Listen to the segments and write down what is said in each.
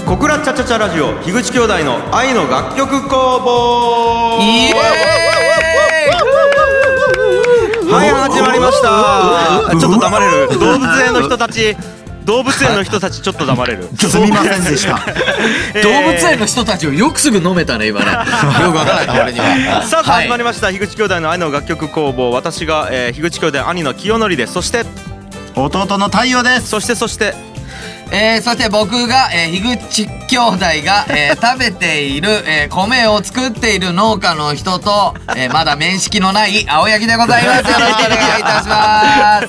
小倉チャチャチャラジオ樋口兄弟の愛の楽曲工房。 イエーイ。 はい、始まりました。ちょっと黙れる。動物園の人たちちょっと黙れる。 すみませんでした。 動物園の人たちをよくすぐ飲めたね今ね。よくわからない俺には。 さあ始まりました、樋口兄弟の愛の楽曲工房。私が、樋口兄弟兄の清則です。そして弟の太陽です。 そして僕が、樋口兄弟が、食べている、米を作っている農家の人と、まだ面識のない青柳でございます。よろしくお願いいたします。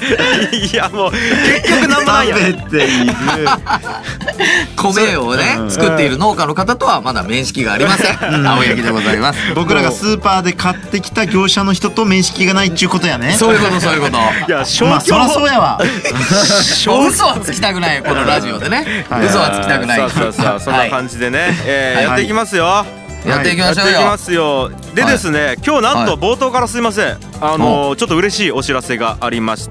いやもう結局なんもないやん。 食べている米をね、作っている農家の方とはまだ面識がありません。青柳でございます。 僕らがスーパーで買ってきた業者の人と面識がないっちゅうことやね。 そういうことそういうこと。 いやまあそらそうやわ。 嘘はつきたくないこのラジオでね。嘘はつきたくない。 さあそんな感じでね、やっていきますよ。 やっていきましょうよ。 やっていきますよ。でですね、今日なんと冒頭からすいません、ちょっと嬉しいお知らせがありまして、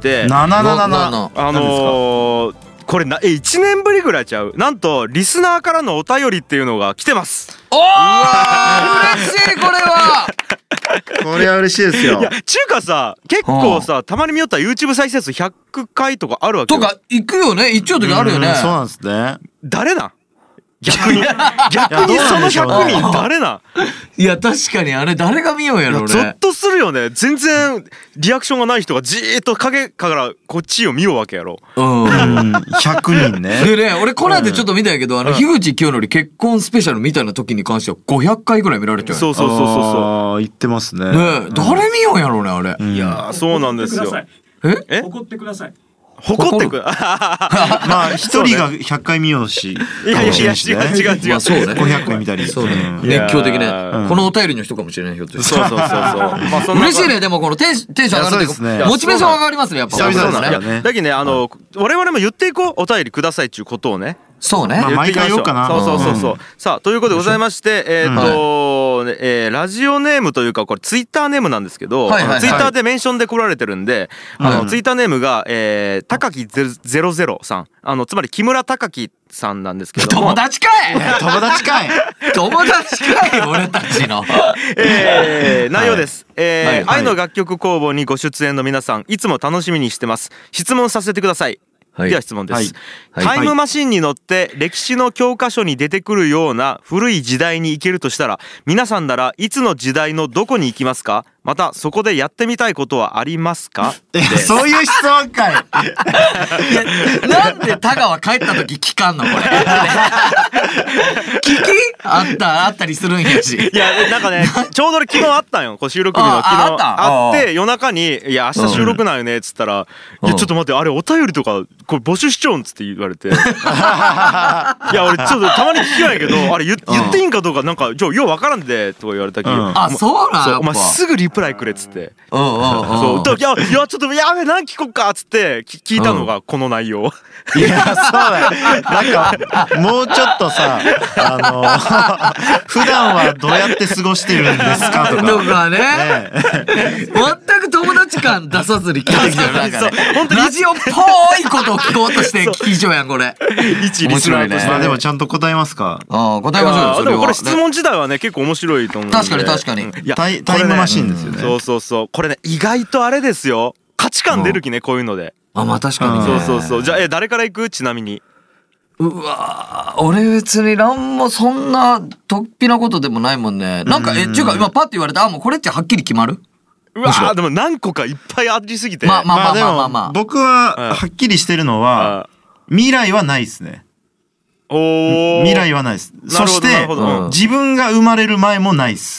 これ1年ぶりぐらいちゃう。なんとリスナーからのお便りっていうのが来てます。 おー嬉しい。これはこれは嬉しいですよ。 いやちゅうかさ、結構さ、たまに見よったら YouTube 再生数100回とかあるわけよ。 とか行くよね。行っちゃう時あるよね。 そうなんですね。 誰なん逆にその100人誰なん。 いや確かにあれ誰が見ようやろね。 ゾッとするよね。全然リアクションがない人がじーっと影からこっちを見ようわけやろ。 100人ね。 でね、俺この間ちょっと見たんやけど、樋口清則結婚スペシャルみたいな時に関しては500回ぐらい見られてる。 そう言ってますね。 ね、誰見ようやろうねあれ。 いやそうなんですよ。 怒ってください。 誇ってく。 まあ一人が100回見ようし。 いや違う。 そうね。 500回見たり。 そうね。熱狂的ね。このお便りの人かもしれないひょっとして。そう。嬉しいね。でもこのテンション上がるっていうか、モチベーション上がりますねやっぱ。 久々だね。 だけどね、我々も言っていこう。お便りくださいっていうことをね。 そうね。 毎回言おうかな。 そう。さあということでございまして、ラジオネームというかこれツイッターネームなんですけど、ツイッターでメンションで来られてるんで、ツイッターネームが高木00さん、つまり木村高木さんなんですけど、 友達かい俺たちの内容です。愛の楽曲工房にご出演の皆さん、いつも楽しみにしてます。質問させてください。では質問です。タイムマシンに乗って歴史の教科書に出てくるような古い時代に行けるとしたら、皆さんならいつの時代のどこに行きますか？またそこでやってみたいことはありますか？ そういう質問かい。 なんで田川帰った時聞かんのこれ。聞きあったりするんやし。 いやなんかね、ちょうど昨日あったんよ。こう収録日の昨日あって、夜中に「いや明日収録なんよね」っつったら「いやちょっと待って、あれお便りとかこれ募集しちゃうん」っつって言われて、いや俺ちょっとたまに聞きないけど、あれ言っていいんかどうかなんかようわからんでとか言われたき、 あそうなん。 お前すぐリプライくれっつって、そういやちょっとやべ何聞こっかっつって聞いたのがこの内容。 いやそうだよ。なんかもうちょっとさ、普段はどうやって過ごしてるんですかとか。 とかね。全く友達感出さずに聞いてきたよなんかね。ラジオっぽいことを聞こうとして聞いちゃうやんこれ。 一リスナーとして。 まあでもちゃんと答えますか。 答えましょうよそれは。 でもこれ質問自体はね結構面白いと思うんで。 確かに。 いやタイムマシンですよね。 そうこれね意外とあれですよ。価値観出るきねこういうので。 まあ確かにね。 そう。じゃあ誰から行く？ちなみに。 うわ俺別になんもそんなとっぴなことでもないもんね。なんかっていうか今パッて言われてもうこれってはっきり決まる？ うわでも何個かいっぱいありすぎて。 まあ僕ははっきりしてるのは未来はないですね。未来はないです。そして自分が生まれる前もないです。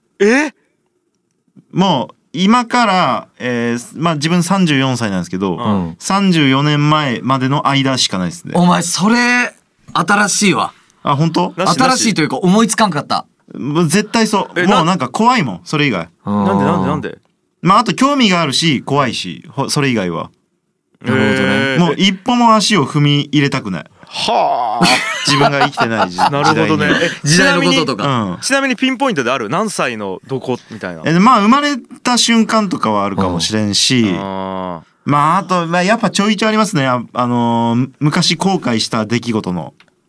もう今からまあ自分34歳なんですけど、34年前までの間しかないですね。 お前それ新しいわ。 あ本当？ 新しいというか思いつかんかった。 絶対そう。もうなんか怖いもんそれ以外。 なんで？ まああと興味があるし怖いしそれ以外は。 なるほどね。 もう一歩も足を踏み入れたくない。 はあ。 自分が生きてない時代に。 なるほどね。 時代のこととか。 ちなみにピンポイントである？何歳のどこみたいな。 まあ生まれた瞬間とかはあるかもしれんし、まああとやっぱちょいちょいありますね。昔後悔した出来事の。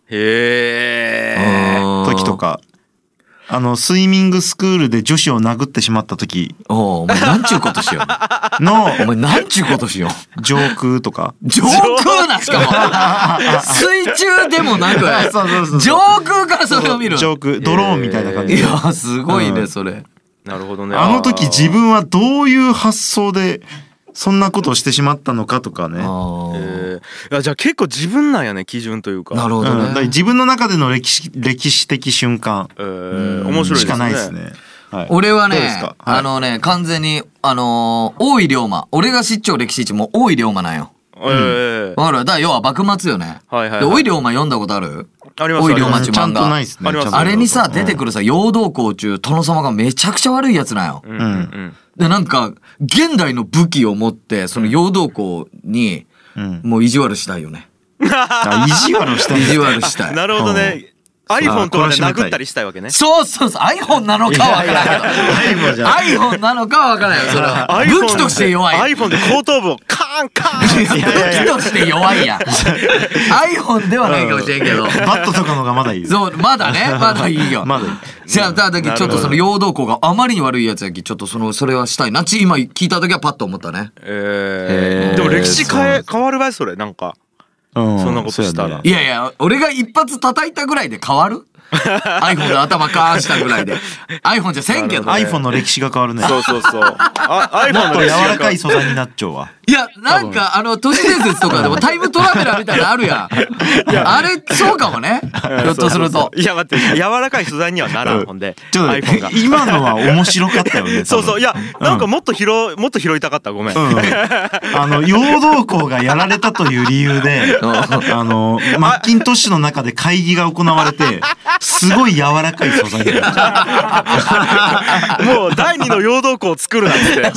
へえ。 時とか。スイミングスクールで女子を殴ってしまった時お前なんちゅうことしようのお前なんちゅうことしよう上空とか上空なしかも水中でもなく上空からそれを見る上空ドローンみたいな感じいやすごいねそれなるほどね。 あの時自分はどういう発想でそんなことをしてしまったのかとかね。 いやじゃあ結構自分なんやね基準というか。 なるほどね。 だから自分の中での歴史的瞬間面白いですね。 しかないですね。 はい、俺はね、完全に大井龍馬。俺が出張歴史一も大井龍馬なんよ。わかる。だから要は幕末よね。で大井龍馬読んだことある？ あります。 大井龍馬って漫画。 ないですね。 あれにさ出てくるさ陽道校中殿様がめちゃくちゃ悪いやつなんよ。でなんか現代の武器を持ってその陽道校にもう意地悪したいよね。 意地悪したい。 意地悪したい。 なるほどね。iPhone とかで殴ったりしたいわけね。 そう iPhone なのかは分からんけど iPhone なのかは分からんよそれは。武器として弱い。 iPhone で後頭部をカーンカーン。 武器として弱いやん。iPhone ではないかもしれんけど、 バットとかのがまだいい。 そうまだねまだいいよ。 まだいい。 じゃあだけちょっとその陽動校があまりに悪いやつやきちょっとそれはしたいな今聞いた時はパッと思ったね。 でも歴史変わる場合それなんかそんなことしたら。 いやいや俺が一発叩いたぐらいで変わるiPhone で頭カーンしたぐらいで iPhone じゃせんけど、 iPhone の歴史が変わるね。 そうそうそう。 もっと柔らかい素材になっちゃうわ。 いやなんか都市伝説とかでもタイムトラベラーみたいなのあるやん。あれそうかもねひょっとすると。 いや待って柔らかい素材にはならん。ほんで iPhone が今のは面白かったよね。 そうそういやなんかもっと拾いたかった。ごめん。 陽動校がやられたという理由でマッキントッシュの中で会議が行われてすごい柔らかい素材になっちゃう。 もう第二の陽動校を作るなんて。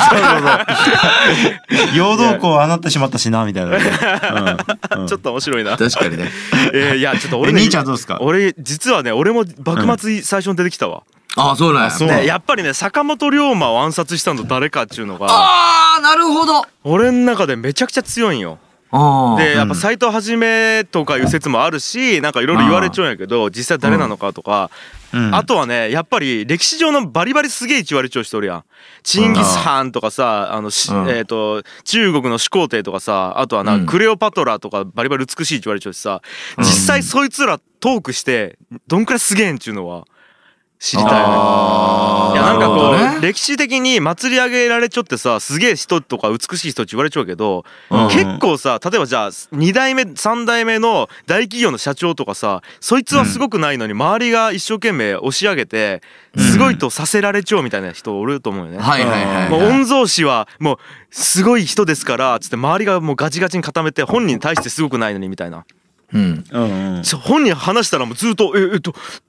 陽動校はあなってしまったしなみたいな。 ちょっと面白いな。 確かにね。 いやちょっと俺兄ちゃんどうですか？ 俺実はね俺も幕末最初に出てきたわ。 あそうなんや。 やっぱりね坂本龍馬を暗殺したの誰かっちゅうのがなるほど俺の中でめちゃくちゃ強いんよ。でやっぱ斎藤はじめとかいう説もあるしなんかいろいろ言われちゃうんやけど実際誰なのかとか、あとはねやっぱり歴史上のバリバリすげえ言われちゃう人おるやん。チンギス・ハンとかさ中国の始皇帝とかさあとはなクレオパトラとかバリバリ美しいって言われちゃうしさ実際そいつらトークしてどんくらいすげえんっちゅうのは知りたいよね。いやなんかこう歴史的に祭り上げられちゃってさすげえ人とか美しい人って言われちゃうけど結構さ例えばじゃあ2代目3代目の大企業の社長とかさそいつはすごくないのに周りが一生懸命押し上げてすごいとさせられちゃうみたいな人おると思うよね。御曹司はもうすごい人ですからつって周りがもうガチガチに固めて本人に対してすごくないのにみたいな。本人話したらもうずっとはい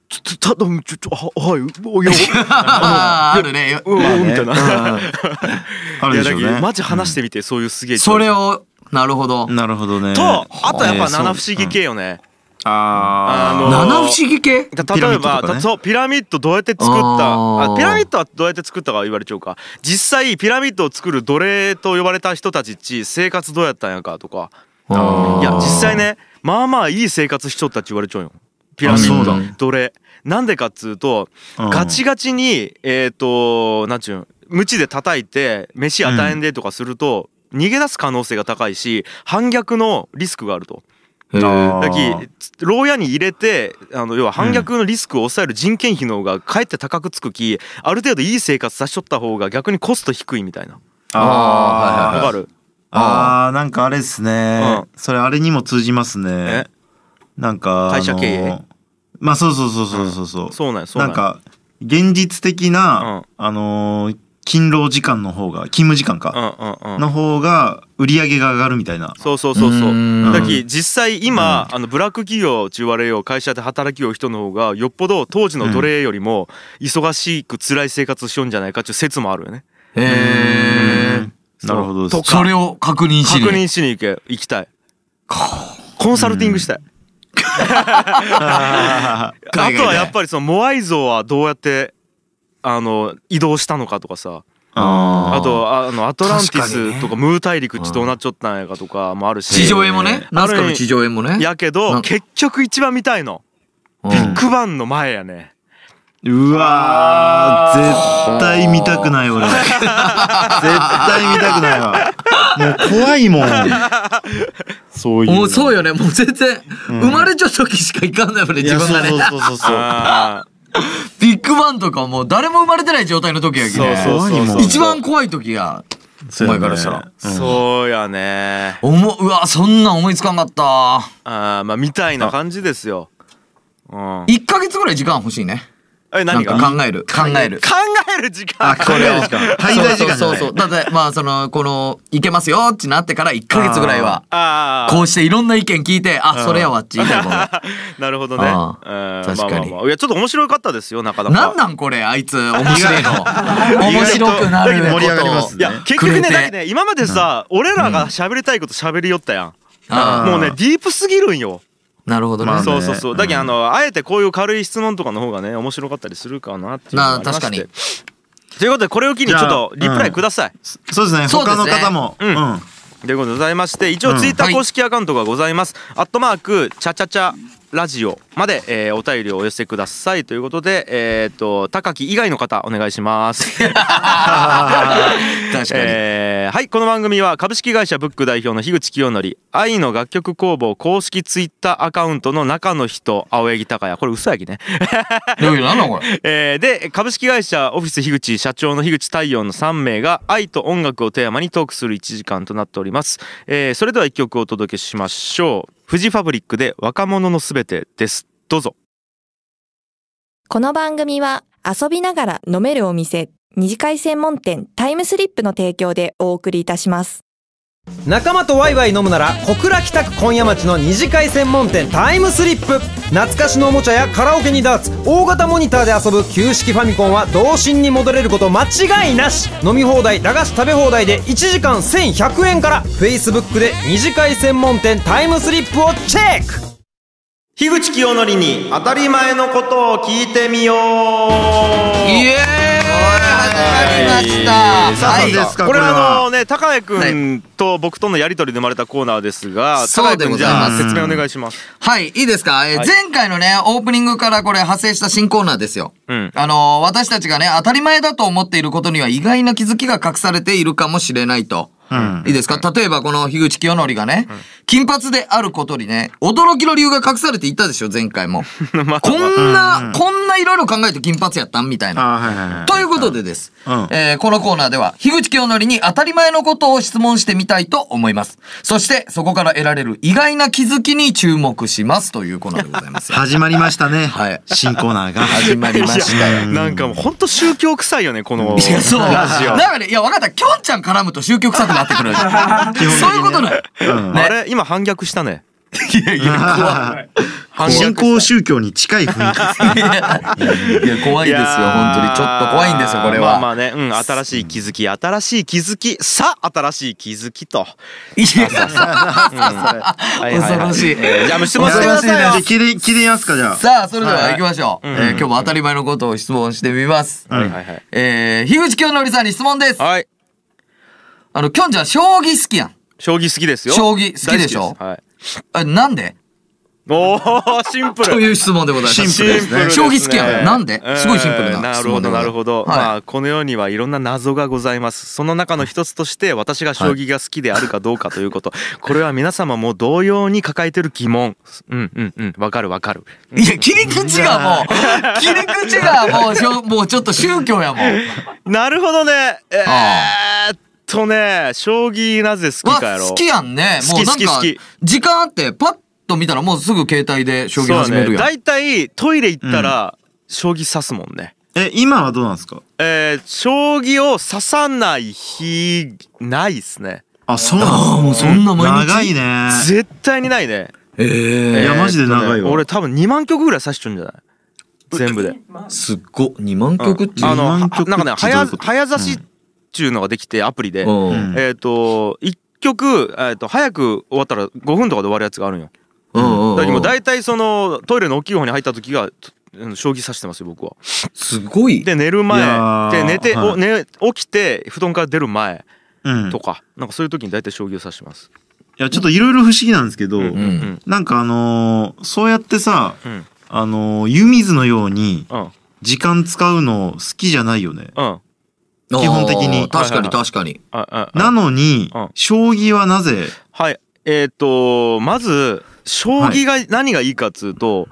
あるねみたいな。 あるでしょうね。 マジ話してみてそういうすげえそれをなるほどなるほどね。 とあとやっぱ七不思議系よね。 七不思議系。 例えばそうピラミッドどうやって作ったピラミッドはどうやって作ったか言われちゃうか実際ピラミッドを作る奴隷と呼ばれた人たちっち生活どうやったんやかとかいや実際ねまあまあいい生活しちょったって言われちゃうよピラミッド奴隷。なんでかっつうとガチガチになんちゅう鞭で叩いて飯与えんでとかすると逃げ出す可能性が高いし反逆のリスクがあると。だき牢屋に入れて要は反逆のリスクを抑える人件費の方がかえって高くつくきある程度いい生活さしとった方が逆にコスト低いみたいな。わかる？ なんかあれですね。それあれにも通じますね。なんか会社経営。 まあそう。 そうなんなんか現実的な勤労時間の方が勤務時間かの方が売り上げが上がるみたいな。 そう。だき実際今ブラック企業ちゅうわれよう会社で働きよう人の方がよっぽど当時の奴隷よりも忙しく辛い生活しようんじゃないかっていう説もあるよね。 なるほど。 それを確認しに行きたい。コンサルティングしたい。あとはやっぱりそのモアイ像はどうやって移動したのかとかさあとアトランティスとかムー大陸どうなっちゃったんやかとかもあるし、 地上絵もね、ナスカの地上絵もね。 やけど結局一番見たいのビッグバンの前やね。 うわー、絶対見たくない俺。絶対見たくないわ。もう怖いもん。そういう。 もうそうよね。もう全然生まれちゃった時しか行かんないもんね、自分がね。 そうビッグバンとかもう誰も生まれてない状態の時やけど。そう一番怖い時や。お前からしたら。 そうやね。 うわ、そんなん思いつかんかった。 まあみたいな感じですよ。 1ヶ月ぐらい時間欲しいね。 何が考える時間。 これを滞在時間。 そうだってまあこのいけますよってなってから1ヶ月ぐらいはこうしていろんな意見聞いて、それやわって言いたいもん。 なるほどね。 確かに。 いやちょっと面白かったですよ、なかなか。 なんこれあいつ面白いの。面白くなる盛り上がりますね。 いや結局ね、だけね、今までさ俺らが喋りたいこと喋りよったやん。もうねディープすぎるんよ。 なるほどね。 そうだけどあえてこういう軽い質問とかの方がね面白かったりするかなっていうのがありまして。確かに。ということでこれを機にちょっとリプライください。 そうですね、他の方も。 ということでございまして、一応ツイッター公式アカウントがございます。@ チャチャチャラジオまで、お便りをお寄せくださいということで、高木以外の方お願いします。 確かに。 はい、この番組は株式会社ブック代表の樋口清則、愛の楽曲工房公式ツイッターアカウントの中の人青柳高也、これ嘘やきね。 なんだこれ。 で株式会社オフィス樋口社長の樋口太陽の3名が愛と音楽をテーマにトークする1時間となっております。それでは1曲お届けしましょう。フジファブリックで若者のすべてです。どうぞ。 この番組は遊びながら飲めるお店、二次会専門店タイムスリップの提供でお送りいたします。 仲間とワイワイ飲むなら小倉北区今夜町の二次会専門店タイムスリップ。懐かしのおもちゃやカラオケにダーツ、大型モニターで遊ぶ旧式ファミコンは童心に戻れること間違いなし。飲み放題、駄菓子食べ放題で1時間1100円から。 Facebook で二次会専門店タイムスリップをチェック。 樋口清則に当たり前のことを聞いてみよう。 イエーイ、始まりました。 はい、これね、高谷くんと僕とのやり取りで生まれたコーナーですが、高谷くんじゃあ説明お願いします。 はい、いいですか。前回のねオープニングからこれ派生した新コーナーですよ。私たちがね当たり前だと思っていることには意外な気づきが隠されているかもしれないと。いいですか。例えばこの樋口清則がね、金髪であることにね驚きの理由が隠されていたでしょ、前回も。こんないろいろ考えて金髪やったんみたいな。ということでです、このコーナーでは樋口清則に当たり前のことを質問してみたいと思います。そしてそこから得られる意外な気づきに注目しますというコーナーでございます。 始まりましたね。はい、新コーナーが始まりましたよ。 なんかもう本当宗教臭いよねこのラジオ。 だからね、いや分かった、きょんちゃん絡むと宗教臭くなってくる。そういうことだよ。 あれ今反逆したね。 いや新興宗教に近い雰囲気ですね。 いや怖いですよ本当に。ちょっと怖いんですよこれは。 まあね、新しい気づき、新しい気づき、新しい気づきと。 いや恐ろしい。 じゃあ質問してくださいよ。 切りますかじゃあ。 さあそれでは行きましょう。今日も当たり前のことを質問してみます。樋口清則さんに質問です。 はい。 きょんちゃん将棋好きやん。 将棋好きですよ。 将棋好きでしょ。はい。なんで？ おおシンプルという質問でございます。 シンプルですね。 将棋好きやん。なんで？すごいシンプルな質問でございます。 なるほど。まあこの世にはいろんな謎がございます。その中の一つとして私が将棋が好きであるかどうかということ。これは皆様も同様に抱えてる疑問。わかる。 いや切り口がもうちょっと宗教やもん。 なるほどね。将棋なぜ好きかやろ。 好きやんね。もうなんか時間あってパッと見たらもうすぐ携帯で将棋始めるやん。 だいたいトイレ行ったら将棋指すもんね。 今はどうなんですか。 将棋を指さない日ないっすね。 あ、そうなん。 もうそんな毎日長いね。 絶対にないね。 いやマジで長いわ。 俺多分2万曲ぐらい指しちゃうんじゃない全部で。 すっご2万曲ってなんかね早指しっていうのができてアプリで1曲早く終わったら5分とかで終わるやつがあるんよ。だいたいそのトイレの大きい方に入った時が将棋指してますよ僕は。 すごい。 で寝る前で寝て、 はい起きて布団から出る前うんとか、なんかそういう時に大体将棋を指してます。 いやちょっといろいろ不思議なんですけど、 んなんかそうやってさ、 うん湯水のようにうん時間使うの好きじゃないよね。 うん基本的にあー確かに確かに。 なのにうん将棋はなぜ？ はいまず将棋が何がいいかっつうと、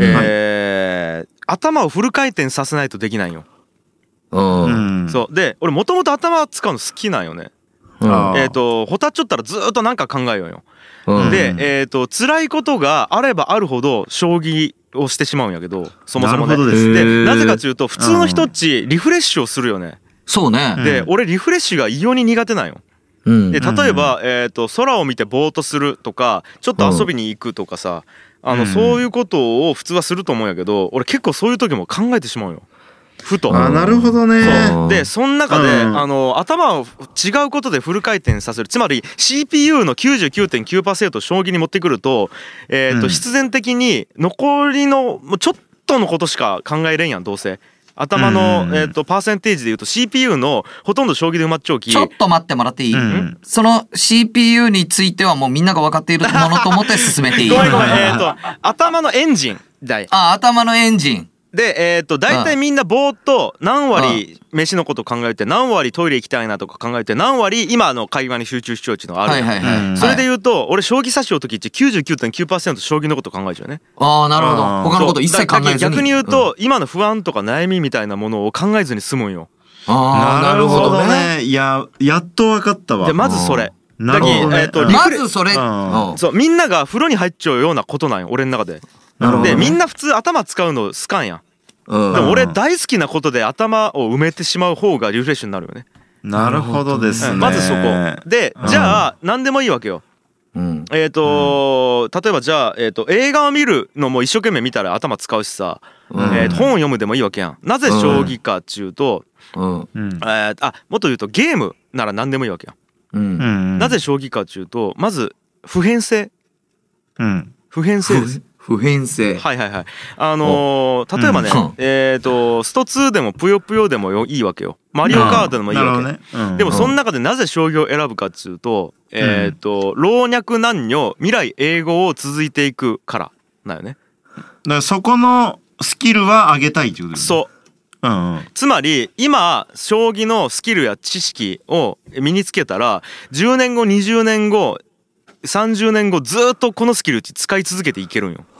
頭をフル回転させないとできないよ。 うんそうで俺もともと頭使うの好きなんよね。 あーほたっちょったらずーっとなんか考えようよ。 うんで辛いことがあればあるほど将棋をしてしまうんやけど、そもそもね。 なるほどですでへーなぜかというと普通の人っちリフレッシュをするよね。 そうね。 で俺リフレッシュが異様に苦手なんよ。 うんで例えば空を見てぼーっとするとかちょっと遊びに行くとかさ、そういうことを普通はすると思うんやけど、俺結構そういう時も考えてしまうよ。ふと。 なるほどね。 そうでその中で、頭を違うことでフル回転させる、つまり CPU の 99.9% 将棋に持ってくると、必然的に残りのもうちょっとのことしか考えれんやんどうせ。頭の、パーセンテージでいうと CPU のほとんど将棋で埋まっちゃうき。 ちょっと待ってもらっていい、その CPU についてはもうみんなが分かっているものと思って進めていいごめんごめん頭のエンジンだい。 頭のエンジン。 で大体みんなぼーっと何割飯のこと考えて何割トイレ行きたいなとか考えて何割今の会話に集中しちゃうっていうのがある。それで言うと俺将棋指しようときって 99.9% 将棋のこと考えちゃうね。 ああなるほど。他のこと一切考えずに。 逆に言うと今の不安とか悩みみたいなものを考えずに済むんよ。 なるほどね。 いややっと分かったわ。 でまずそれ。 なるほどね。 まずそれ。 そうみんなが風呂に入っちゃうようなことなんよ俺の中で。でみんな普通頭使うの好かんやん。でも俺大好きなことで頭を埋めてしまう方がリフレッシュになるよね。 なるほどですね。 まずそこでじゃあ何でもいいわけよ。例えばじゃあ映画を見るのも一生懸命見たら頭使うしさ、本を読むでもいいわけやん。なぜ将棋かっちゅうと、もっと言うとゲームなら何でもいいわけやん。なぜ将棋かっちゅうとまず普遍性。普遍性です。 普遍性。 はいはいはい。例えばね、スト2でもぷよぷよでもいいわけよ。マリオカートでもいいわけ。でもその中でなぜ将棋を選ぶかっつうと、老若男女未来永劫を続いていくからだよね。 だからそこのスキルは上げたいってことですね。 そう。つまり今将棋のスキルや知識を身につけたら10年後20年後30年後ずっとこのスキルうち使い続けていけるんよ。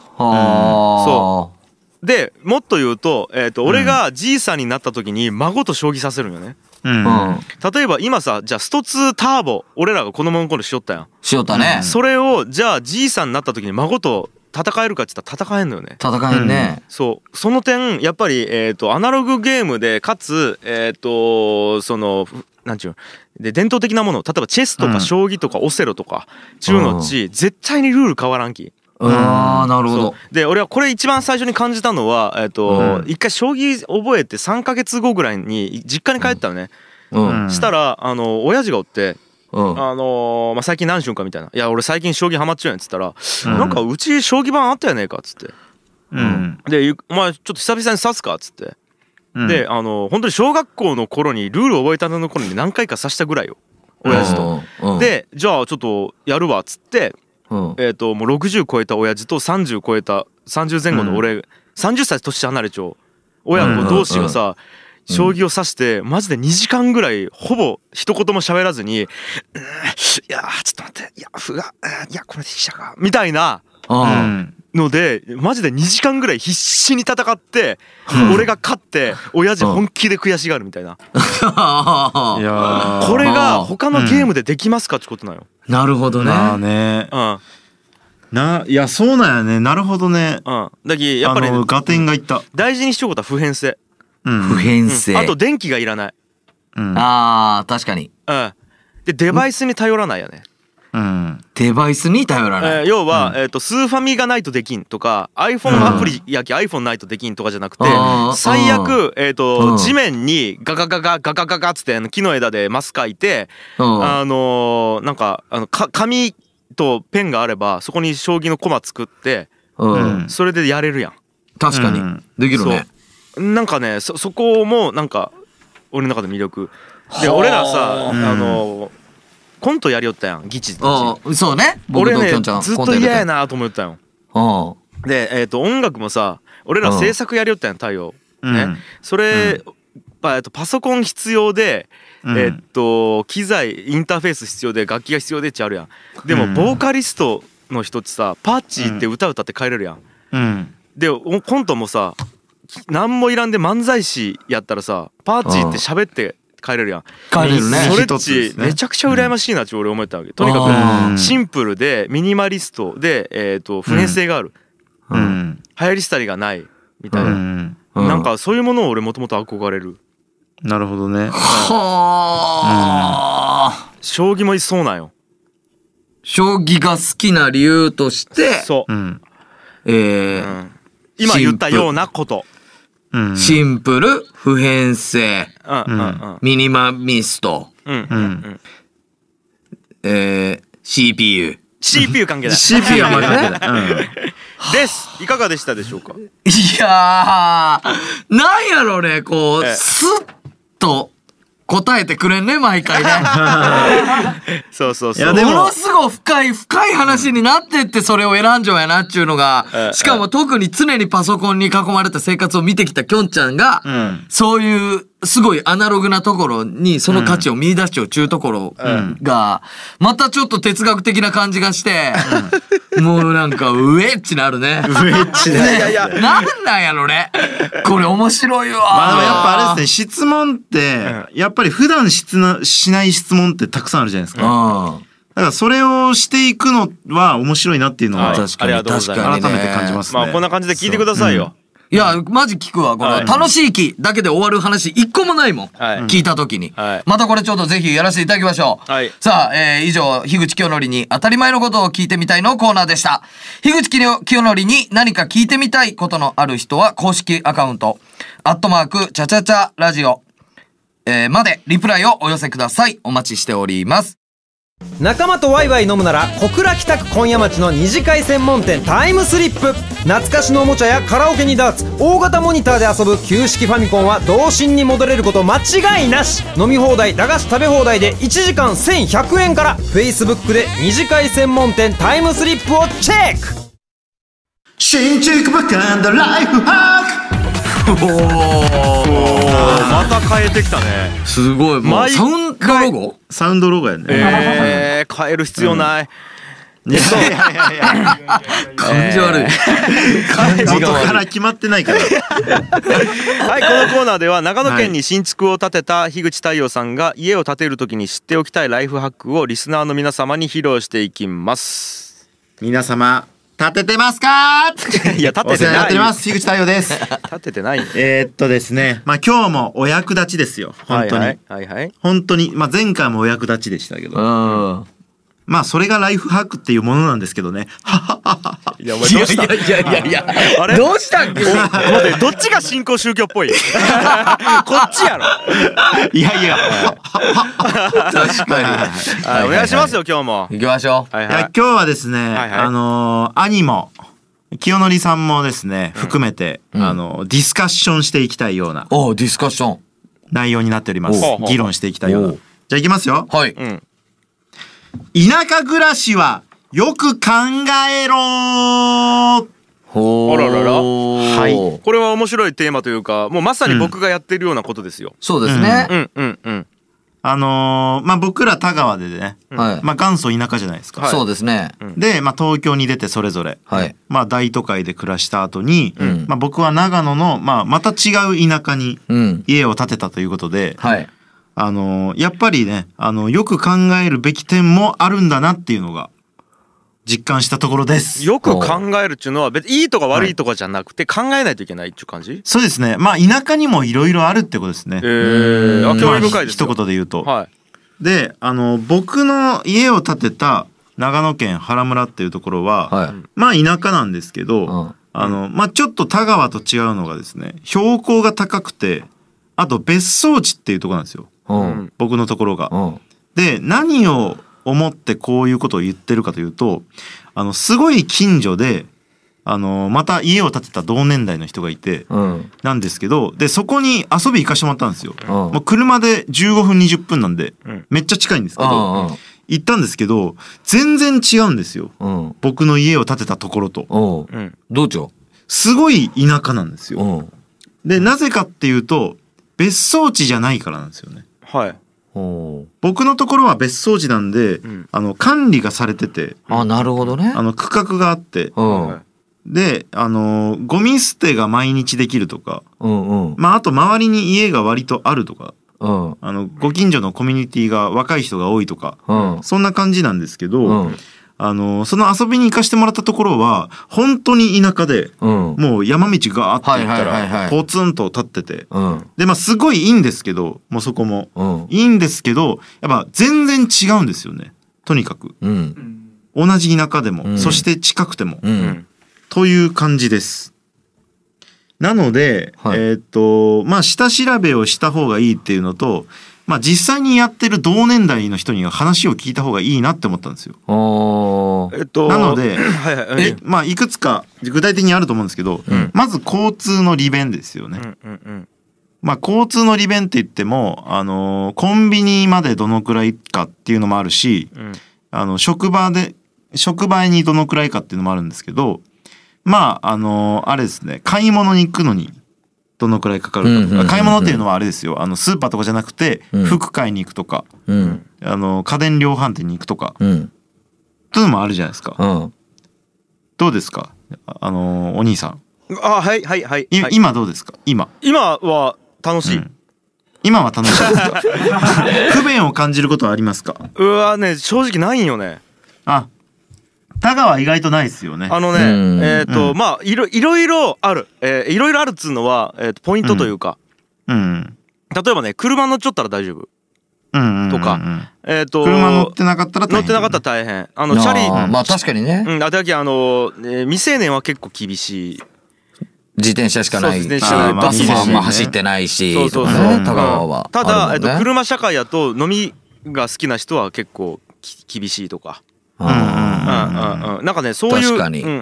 そうでもっと言うと、俺がじいさんになった時に孫と将棋させるんよね。例えば今さじゃあスト2ターボ俺らが子供の頃しよったやん。 しよったね。 それをじゃあじいさんになった時に孫と戦えるかって言ったら戦えんのよね。 戦えんね。 そうその点やっぱりアナログゲームでかつそのなんちゅうで伝統的なもの例えばチェスとか将棋とかオセロとか中のうち絶対にルール変わらんき。 なるほど。 で俺はこれ一番最初に感じたのは一回将棋覚えて3ヶ月後ぐらいに実家に帰ったのね。したら親父がおって。最近何しようかみたいな「いや俺最近将棋ハマっちゃうやん」っつったら「なんかうち将棋盤あったやねえか」っつって「でお前ちょっと久々に指すか」っつってで本当に小学校の頃にルール覚えたての頃に何回か指したぐらいよ親父と。でじゃあちょっとやるわっつってもう60超えた親父と30超えた30前後の俺30歳年離れちゃう親子同士がさ将棋を指してマジで2時間ぐらいほぼ一言も喋らずに「いやちょっと待っていや歩がいやこれで飛車か」みたいなのでマジで2時間ぐらい必死に戦って俺が勝って親父本気で悔しがるみたいな。これが他のゲームでできますかってことなんよ。 なるほどね。 まあね。いやそうなんやね。なるほどね。 だきやっぱり合点がいった。 大事にしようことは普遍性。 普遍性。 あと電気がいらない。 確かに。 でデバイスに頼らないよね。 デバイスに頼らない。 要はスーファミがないとできんとか iPhone アプリやき iPhone ないとできんとかじゃなくて最悪地面にガガガガガガガガっつって木の枝でマス書いてなんか紙とペンがあればそこに将棋の駒作ってそれでやれるやん。 確かにできるね。 なんかねそこもなんか俺の中で魅力で、俺らさコントやりよったやん、ギチたち。 そうね。 俺ねずっと嫌やなと思ったよ。で音楽もさ俺ら制作やりよったやん、太陽ね。それパソコン必要で機材インターフェース必要で楽器が必要でっちゃあるやん。でもボーカリストの人ってさパーチって歌って帰れるやん。でコントもさ何もいらんで漫才師やったらさパーチって喋って帰れるやん。 帰れるね。 それっちめちゃくちゃ羨ましいなって俺思ったわけ。とにかくシンプルでミニマリストで普遍性がある、流行り廃りがないみたいな、なんかそういうものを俺もともと憧れる。 なるほどね。 はあ。 将棋もそうなんよ。 将棋が好きな理由としてそう、今言ったようなこと、 シンプル、普遍性、ミニマミスト、CPU 関係ない。 CPU はまだね。 です。いかがでしたでしょうか。 いやー、なんやろね、こう、スッと答えてくれんね、毎回ね。 そうそうそう。 ものすごい深い話になってってそれを選んじゃうやなっちゅうのが、しかも特に常にパソコンに囲まれた生活を見てきたきょんちゃんが、そういうすごいアナログなところにその価値を見出しちゃうちゅうところが、またちょっと哲学的な感じがして、もうなんかウエッチなるね。 ウエッチね。 なんなんやろね。これ面白いわ。 まあやっぱあれですね、質問ってやっぱり普段しない質問ってたくさんあるじゃないですか。だからそれをしていくのは面白いなっていうのは改めて感じますね。 まあこんな感じで聞いてくださいよ。 いやマジ聞くわこれ。楽しい気だけで終わる話一個もないもん、聞いた時に。またこれちょっとぜひやらせていただきましょう。さあ、以上樋口清則に当たり前のことを聞いてみたいのコーナーでした。樋口清則に何か聞いてみたいことのある人は公式アカウント@チャチャチャラジオまでリプライをお寄せください。お待ちしております。 仲間とワイワイ飲むなら小倉北区今夜町の二次会専門店タイムスリップ。懐かしのおもちゃやカラオケにダーツ、大型モニターで遊ぶ旧式ファミコンは童心に戻れること間違いなし。飲み放題駄菓子食べ放題で1時間1100円から。 Facebook で二次会専門店タイムスリップをチェック。 新築バカンダライフハック。 また変えてきたね。 すごい。もうサウンドロゴやね。 変える必要ない。 感じ悪い。 元から決まってないから。 はい、このコーナーでは長野県に新築を建てた樋口太陽さんが家を建てる時に知っておきたいライフハックをリスナーの皆様に披露していきます。 皆様立ててますか？ いや立ててない。 やってます。樋口太陽です。 立ててない。 ですね。まあ今日もお役立ちですよ。本当に。本当に。まあ前回もお役立ちでしたけど。まあそれがライフハックっていうものなんですけどね。 いやお前どうした？ いやあれどうしたっけ？ 待ってどっちが新興宗教っぽい？こっちやろ。 いや確かに。 お願いしますよ今日も。 行きましょう。 今日はですね兄も清則さんもですね含めてディスカッションしていきたいようなディスカッション内容になっております。議論していきたいような。じゃあいきますよ。 はい。 田舎暮らしはよく考えろ。 あららら。 はい。 これは面白いテーマというか、もうまさに僕がやってるようなことですよ。 そうですね。 まあ僕ら田川でね、まあ元祖田舎じゃないですか。 そうですね。 で、まあ東京に出てそれぞれ、まあ大都会で暮らした後に、まあ僕は長野のまた違う田舎に家を建てたということで。やっぱりね、よく考えるべき点もあるんだなっていうのが実感したところです。 よく考えるっていうのは別にいいとか悪いとかじゃなくて考えないといけないっていう感じ？ そうですね。まあ田舎にもいろいろあるってことですね。 興味深いですよ。 一言で言うと。で、僕の家を建てた長野県原村っていうところは、まあ田舎なんですけど、まあちょっと田川と違うのがですね、標高が高くて、あと別荘地っていうところなんですよ。僕のところが。で、何を思ってこういうことを言ってるかというと、すごい近所でまた家を建てた同年代の人がいて、なんですけど、でそこに遊び行かしてもらったんですよ。もう車で15分20分なんで、めっちゃ近いんですけど、行ったんですけど全然違うんですよ、僕の家を建てたところと。 どうちょ？ すごい田舎なんですよ。でなぜかっていうと別荘地じゃないからなんですよね。 はい。 僕のところは別荘地なんで、管理がされてて、 なるほどね。 区画があって、でゴミ捨てが毎日できるとか、まああと周りに家が割とあるとか、ご近所のコミュニティが若い人が多いとか、そんな感じなんですけど、その遊びに行かしてもらったところは本当に田舎で、もう山道がーって行ったらポツンと立ってて、でまあすごいいいんですけど、もうそこもいいんですけど、やっぱ全然違うんですよね。とにかく、同じ田舎でも、そして近くても、という感じです。なので、まあ下調べをした方がいいっていうのと、まあ実際にやってる同年代の人には話を聞いた方がいいなって思ったんですよ。なので、まあいくつか具体的にあると思うんですけど、まず交通の利便ですよね。まあ交通の利便って言っても、コンビニまでどのくらいかっていうのもあるし、職場にどのくらいかっていうのもあるんですけど、まああれですね、買い物に行くのにどのくらいかかるかとか、買い物っていうのはあれですよ、スーパーとかじゃなくて服買いに行くとか、家電量販店に行くとか、というのもあるじゃないですか。どうですか、お兄さん。 はいはいはい。 今どうですか？今は楽しい。 今は楽しいですか？不便を感じることはありますか？ ね、正直ないんよね。 田川意外とないですよね。 まあいろいろある、いろいろあるっつうのは、ポイントというか、例えばね、車乗っちゃったら大丈夫とか、 車乗ってなかったら大変。 乗ってなかったら大変。チャリ、 まあ確かにね。 あと未成年は結構厳しい。 自転車しかないし、バスもあんま走ってないし、田川は。 ただ車社会やと飲みが好きな人は結構厳しいとか。なんかね、そういう、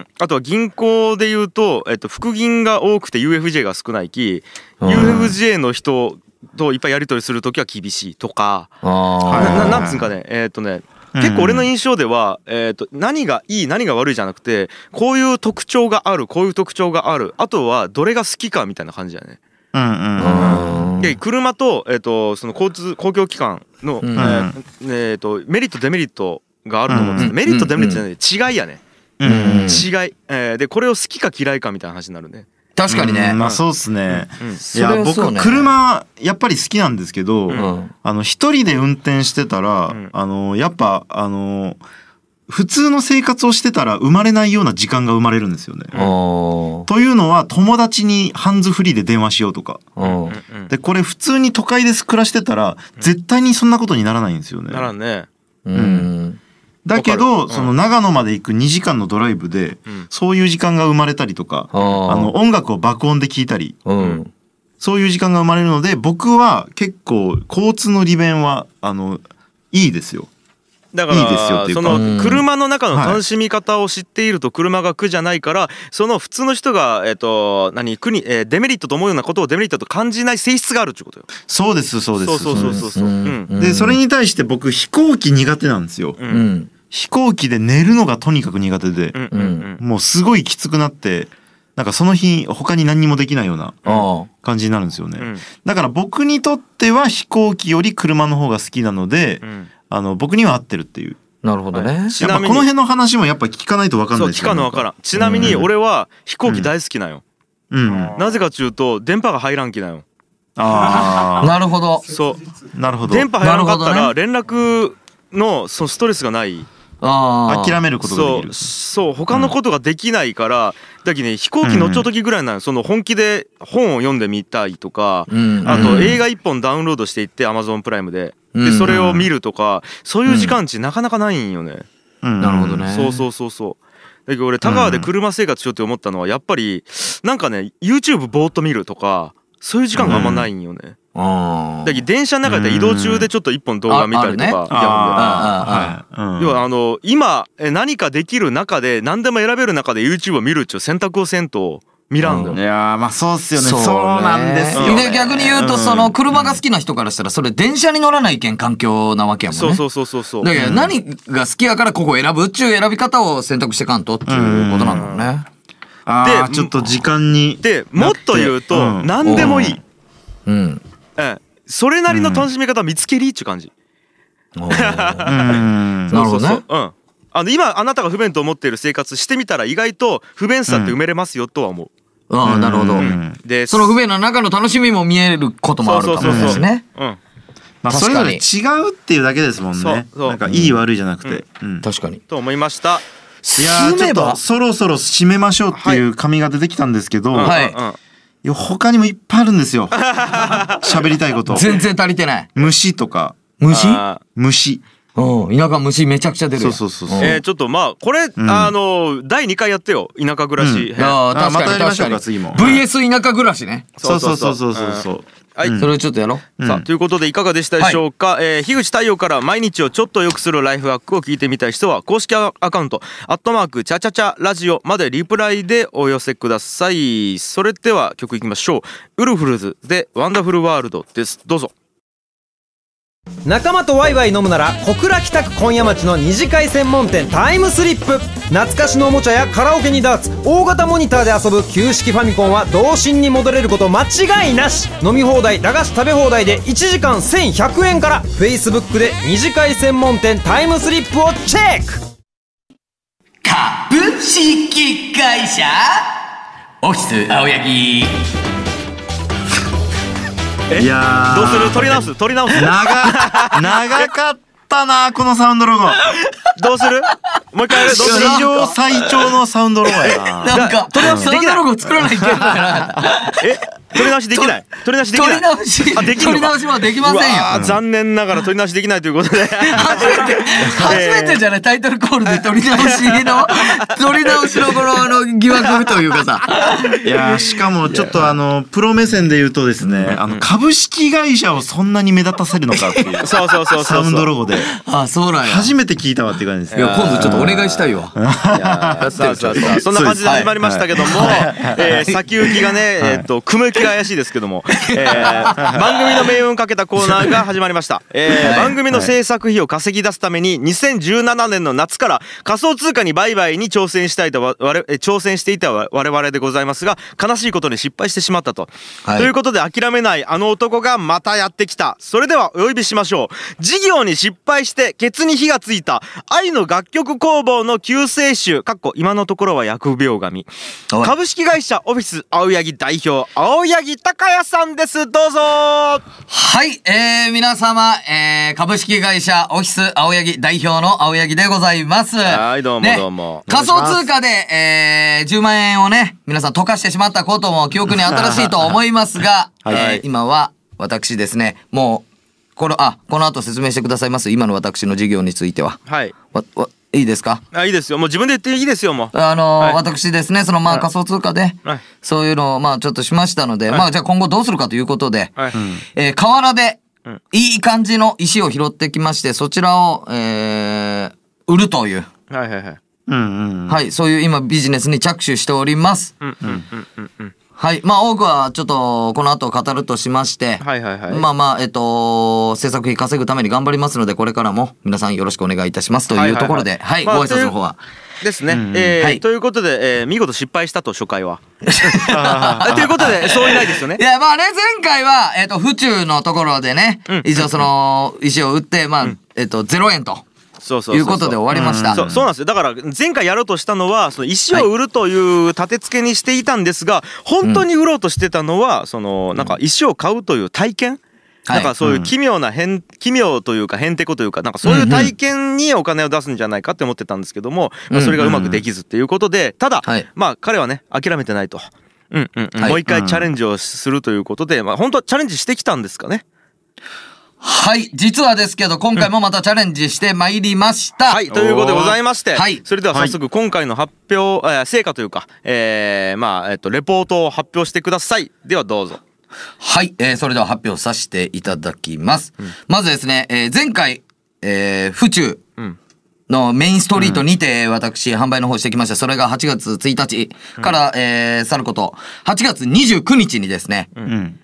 あとは銀行でいうと、副銀が多くて UFJ が少ないき、UFJ の人といっぱいやり取りするときは厳しいとか、なんつうんかね、結構俺の印象では、何がいい何が悪いじゃなくて、こういう特徴がある、こういう特徴がある、あとはどれが好きかみたいな感じだね。で車と、その公共機関の、メリットデメリットがあると思うんですけど、メリットデメリットじゃない、違いやね。違い、でこれを好きか嫌いかみたいな話になるね。 確かにね。 まあそうっすね。いや僕車やっぱり好きなんですけど、一人で運転してたら、やっぱ普通の生活をしてたら生まれないような時間が生まれるんですよね。というのは友達にハンズフリーで電話しようとか。でこれ普通に都会で暮らしてたら絶対にそんなことにならないんですよね。 ならんね。 だけどその長野まで行く2時間のドライブでそういう時間が生まれたりとか、音楽を爆音で聴いたり、そういう時間が生まれるので、僕は結構交通の利便はいいですよ。 だからその車の中の楽しみ方を知っていると車が苦じゃないから、その普通の人がデメリットと思うようなことをデメリットと感じない性質があるってことよ。 そうですそうです。 そうでそれに対して僕飛行機苦手なんですよ。飛行機で寝るのがとにかく苦手で、もうすごいきつくなって、なんかその日他に何にもできないような感じになるんですよね。だから僕にとっては飛行機より車の方が好きなので、僕には合ってるっていう。 なるほどね。 やっぱこの辺の話もやっぱ聞かないと分かんないですよね。 そう、聞かんの分からん。ちなみに俺は飛行機大好きなんよ。なぜかというと電波が入らんきなんよ。 なるほど。 そう。 なるほど。 電波入らなかったら連絡のストレスがない。 諦めることができる。 そう、他のことができないから、だけどね、飛行機乗っちゃう時ぐらいなの、その本気で本を読んでみたいとか、あと映画1本ダウンロードしていって Amazon プライムでそれを見るとか、そういう時間値なかなかないんよね。 なるほどね。 そうだけど俺田川で車生活しようって思ったのは、やっぱりなんかね YouTube ぼーっと見るとかそういう時間があんまないんよね。 だけど電車の中で移動中でちょっと一本動画見たりとか、要は今何かできる中で何でも選べる中で YouTube を見るっていう選択をせんと見らんのよ。 いやまあそうっすよね。そうなんですよ。 で逆に言うとその車が好きな人からしたらそれ電車に乗らないけん環境なわけやもんね。 そう。 だから何が好きやからここ選ぶっちゅう選び方を選択してかんとっていうことなのね。 でちょっと時間にでもっと言うと何でもいい。それなりの楽しみ方見つけりっていう感じ。 なるほどね。 今あなたが不便と思っている生活してみたら意外と不便さって埋めれますよとは思う。 なるほど。でその不便の中の楽しみも見えることもあるかもしれないですね。 まあそれぞれ違うっていうだけですもんね。なんかいい悪いじゃなくて。 確かに。 と思いました。 いやちょっとそろそろ締めましょうっていう紙が出てきたんですけど、他にもいっぱいあるんですよ。喋りたいこと。 全然足りてない。 虫とか。 虫。田舎虫めちゃくちゃ出る。 そう。 ちょっとまあこれ第2回やってよ田舎暮らし。 確かにまたやりましょうか次も。 VS 田舎暮らしね。 そう。 はい、それをちょっとやろう。 さあということでいかがでしたでしょうか。樋口太陽から毎日をちょっと良くするライフハックを聞いてみたい人は公式アカウント@チャチャチャラジオまでリプライでお寄せください。それでは曲いきましょう。ウルフルズでワンダフルワールドです。どうぞ。 仲間とワイワイ飲むなら小倉北区今夜町の二次会専門店タイムスリップ。懐かしのおもちゃやカラオケにダーツ、大型モニターで遊ぶ旧式ファミコンは童心に戻れること間違いなし。飲み放題駄菓子食べ放題で1時間1100円から。 Facebook で二次会専門店タイムスリップをチェック。 株式会社オフィス青柳。 いやどうする？取り直す長かったなこのサウンドロゴ。 どうする？もう一回やる？ 史上最長のサウンドロゴやな。 なんかサウンドロゴ作らないといけないな。 取り直しできない。取り直しできない。 取り直しはできませんよ。 残念ながら取り直しできないということで。 初めてじゃないタイトルコールで取り直しのこの疑惑というかさ。 いやしかもちょっとプロ目線で言うとですね、株式会社をそんなに目立たせるのかっていう。 そうサウンドロゴで。 そうなんや。 初めて聞いたわっていう感じです。 いや今度ちょっとお願いしたいわ。 そんな感じで始まりましたけども、先行きがね雲行きが怪しいですけども、番組の命運をかけたコーナーが始まりました。番組の制作費を稼ぎ出すために2017年の夏から仮想通貨に売買に挑戦していた我々でございますが、悲しいことに失敗してしまったと、ということで諦めないあの男がまたやってきた。それではお呼びしましょう。事業に失敗してケツに火がついた愛の楽曲工房の救世主今のところは疫病神株式会社オフィス青柳代表青柳孝也さんです。どうぞ。 はい、皆様、株式会社オフィス青柳代表の青柳でございます。 はい、どうもどうも。 仮想通貨で、10万円をね皆さん溶かしてしまったことも記憶に新しいと思いますが、今は私ですね、もうこの後説明してくださいます。今の私の事業については。いいですか？ いいですよ。もう自分で言っていいですよ。もう私ですね、その仮想通貨でそういうのをちょっとしましたので、じゃあ今後どうするかということで、河原でいい感じの石を拾ってきまして、そちらを売るという、そういう今ビジネスに着手しております。はい。多くはちょっとこの後語るとしまして、制作費稼ぐために頑張りますので、これからも皆さんよろしくお願いいたしますというところで、ご挨拶の方は。 ですね。ということで、見事失敗したと、初回は。ということで、そういないですよね。 いや、前回は、府中のところでね、一応その、石を売って、0円と。いうことで終わりました。 そうなんですよ。だから前回やろうとしたのはその石を売るという立て付けにしていたんですが、本当に売ろうとしてたのはそのなんか石を買うという体験、なんかそういう奇妙というかへんてこというか、なんかそういう体験にお金を出すんじゃないかって思ってたんですけども、それがうまくできずっていうことで、ただ彼はね諦めてないと、もう一回チャレンジをするということで、本当はチャレンジしてきたんですかね。 はい、実はですけど今回もまたチャレンジしてまいりました。 ということでございまして、それでは早速今回の発表成果というかレポートを発表してください。ではどうぞ。 はい、それでは発表させていただきます。まずですね、前回、府中のメインストリートにて私販売の方してきました。それが8月1日から、去ること8月29日にですね、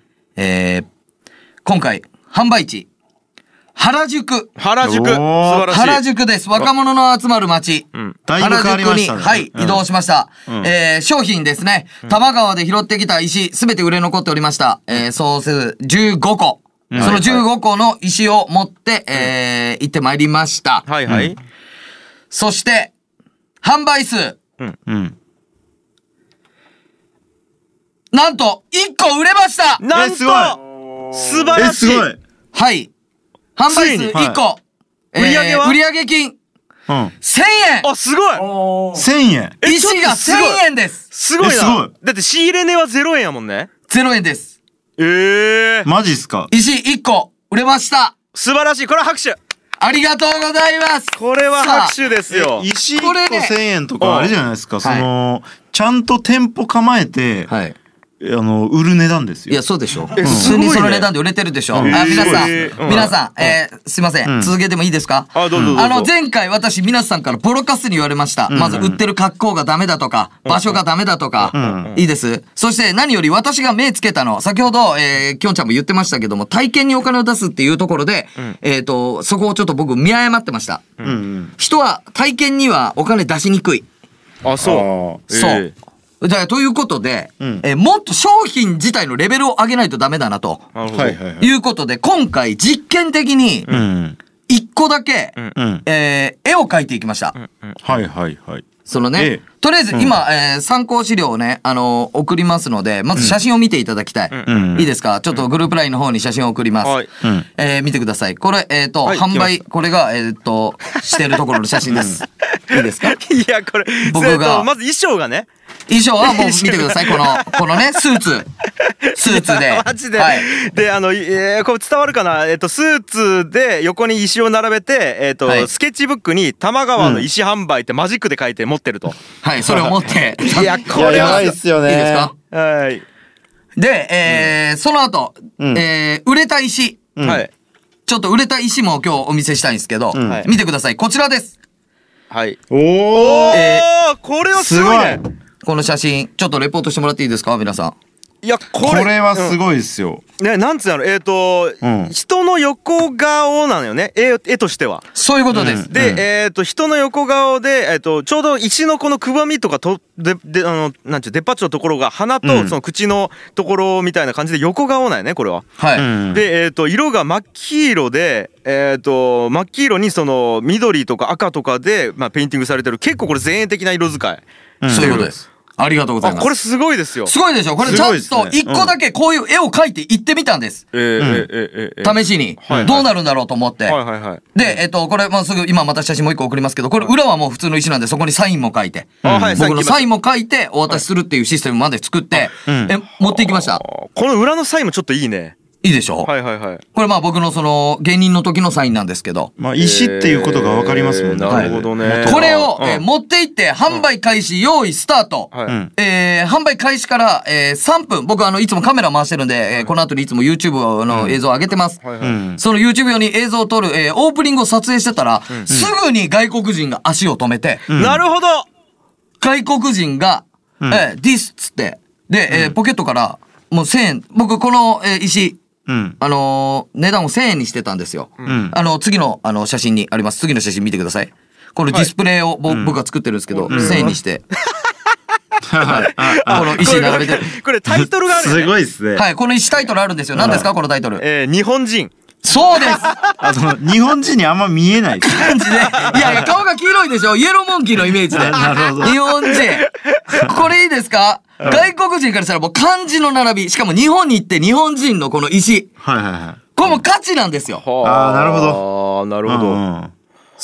今回販売地原宿。 原宿。素晴らしい。 原宿です。若者の集まる街。原宿に、はい、移動しました。商品ですね。多摩川で拾ってきた石、すべて売れ残っておりました。総数15個。その15個の石を持って、行ってまいりました。 はいはい。 そして、販売数。なんと、1個売れました。 なんと、素晴らしい。 すごい。 はい。販売数1個。 売上は売上金。1000円。 あ、すごい。 1000円。 石が1000円です。 すごいな。だって仕入れ値は0円やもんね。 0円です。 マジっすか。 石1個売れました。 素晴らしい。これは拍手。 ありがとうございます。 これは拍手ですよ。 石1個1000円とかあれじゃないですか。ちゃんと店舗構えて、売る値段ですよ。 いや、そうでしょ。普通にその値段で売れてるでしょ。皆さん、すいません。続けてもいいですか？ どうぞ。 前回私皆さんからボロカスに言われました。まず売ってる格好がダメだとか、場所がダメだとか、いいです。そして何より私が目つけたの、先ほど、きょんちゃんも言ってましたけども、体験にお金を出すっていうところで、そこをちょっと僕見誤ってました。人は体験にはお金出しにくい。 あ、そう。 そう。だからということで、もっと商品自体のレベルを上げないとダメだなと。いうことで、今回実験的に、一個だけ、絵を描いていきました。 はいはいはい。 そのね、とりあえず今、参考資料をね、送りますので、まず写真を見ていただきたい。いいですか？ちょっとグループラインの方に写真を送ります。見てください。これ、販売、これが、してるところの写真です。いいですか？ いや、これ、 僕が、 まず衣装がね。 衣装はもう見てください。このね、スーツで。 マジで。はい。で、これ伝わるかな？スーツで横に石を並べて、スケッチブックに多摩川の石販売ってマジックで書いて持ってると。 はい、それを持って。 いや、これは。 いいですよね。 いいですか？ はい。 で、その後、売れた石。はい。ちょっと売れた石も今日お見せしたいんですけど、見てください。こちらです。 はい。これはすごいね。 この写真、ちょっとレポートしてもらっていいですか、皆さん。 いや、 これはすごいですよ。 ね、なんつうの、人の横顔なのよね、絵としては。 そういうことです。 で、人の横顔で、ちょうど石のこのくぼみとかなんちゅう、出っ張っちのところが鼻とその口のところみたいな感じで横顔なんよね、これは。 はい。 で、色が真っ黄色で、真っ黄色にその緑とか赤とかで、ペインティングされてる、結構これ前衛的な色使い。 そういうことです。ありがとうございます。 これすごいですよ。 すごいでしょ。これちゃんと一個だけこういう絵を描いて行ってみたんです。試しに。どうなるんだろうと思って。で、これ、すぐ今また写真もう一個送りますけど、これ裏はもう普通の石なんでそこにサインも書いて。僕のサインも書いてお渡しするっていうシステムまで作って、持っていきました。 この裏のサインもちょっといいね。 いいでしょ？ はいはいはい。 これ僕のその芸人の時のサインなんですけど。 石っていうことがわかりますもんね。 なるほどね。 これを持って行って販売開始、用意スタート。販売開始から3分。僕いつもカメラ回してるんで、この後にいつも YouTube の映像を上げてます。その YouTube 用に映像を撮るオープニングを撮影してたら、すぐに外国人が足を止めて。 なるほど！ 外国人が、ディスっつって。で、ポケットからもう1000円。僕この石、値段を1000円にしてたんですよ。次の写真にあります。次の写真見てください。このディスプレイを僕が作ってるんですけど、1000円にして。この石並べてる。 これタイトルがある。 すごいですね。 はい、この石タイトルあるんですよ。何ですかこのタイトル。 日本人。 そうです。 日本人にあんま見えない感じで。いや、顔が黄色いでしょ。イエローモンキーのイメージで。 なるほど。 日本人。これいいですか？外国人からしたらもう漢字の並び。しかも日本に行って日本人のこの石。 はいはいはい。 これも価値なんですよ。 ああ、なるほど。 なるほど。 そう。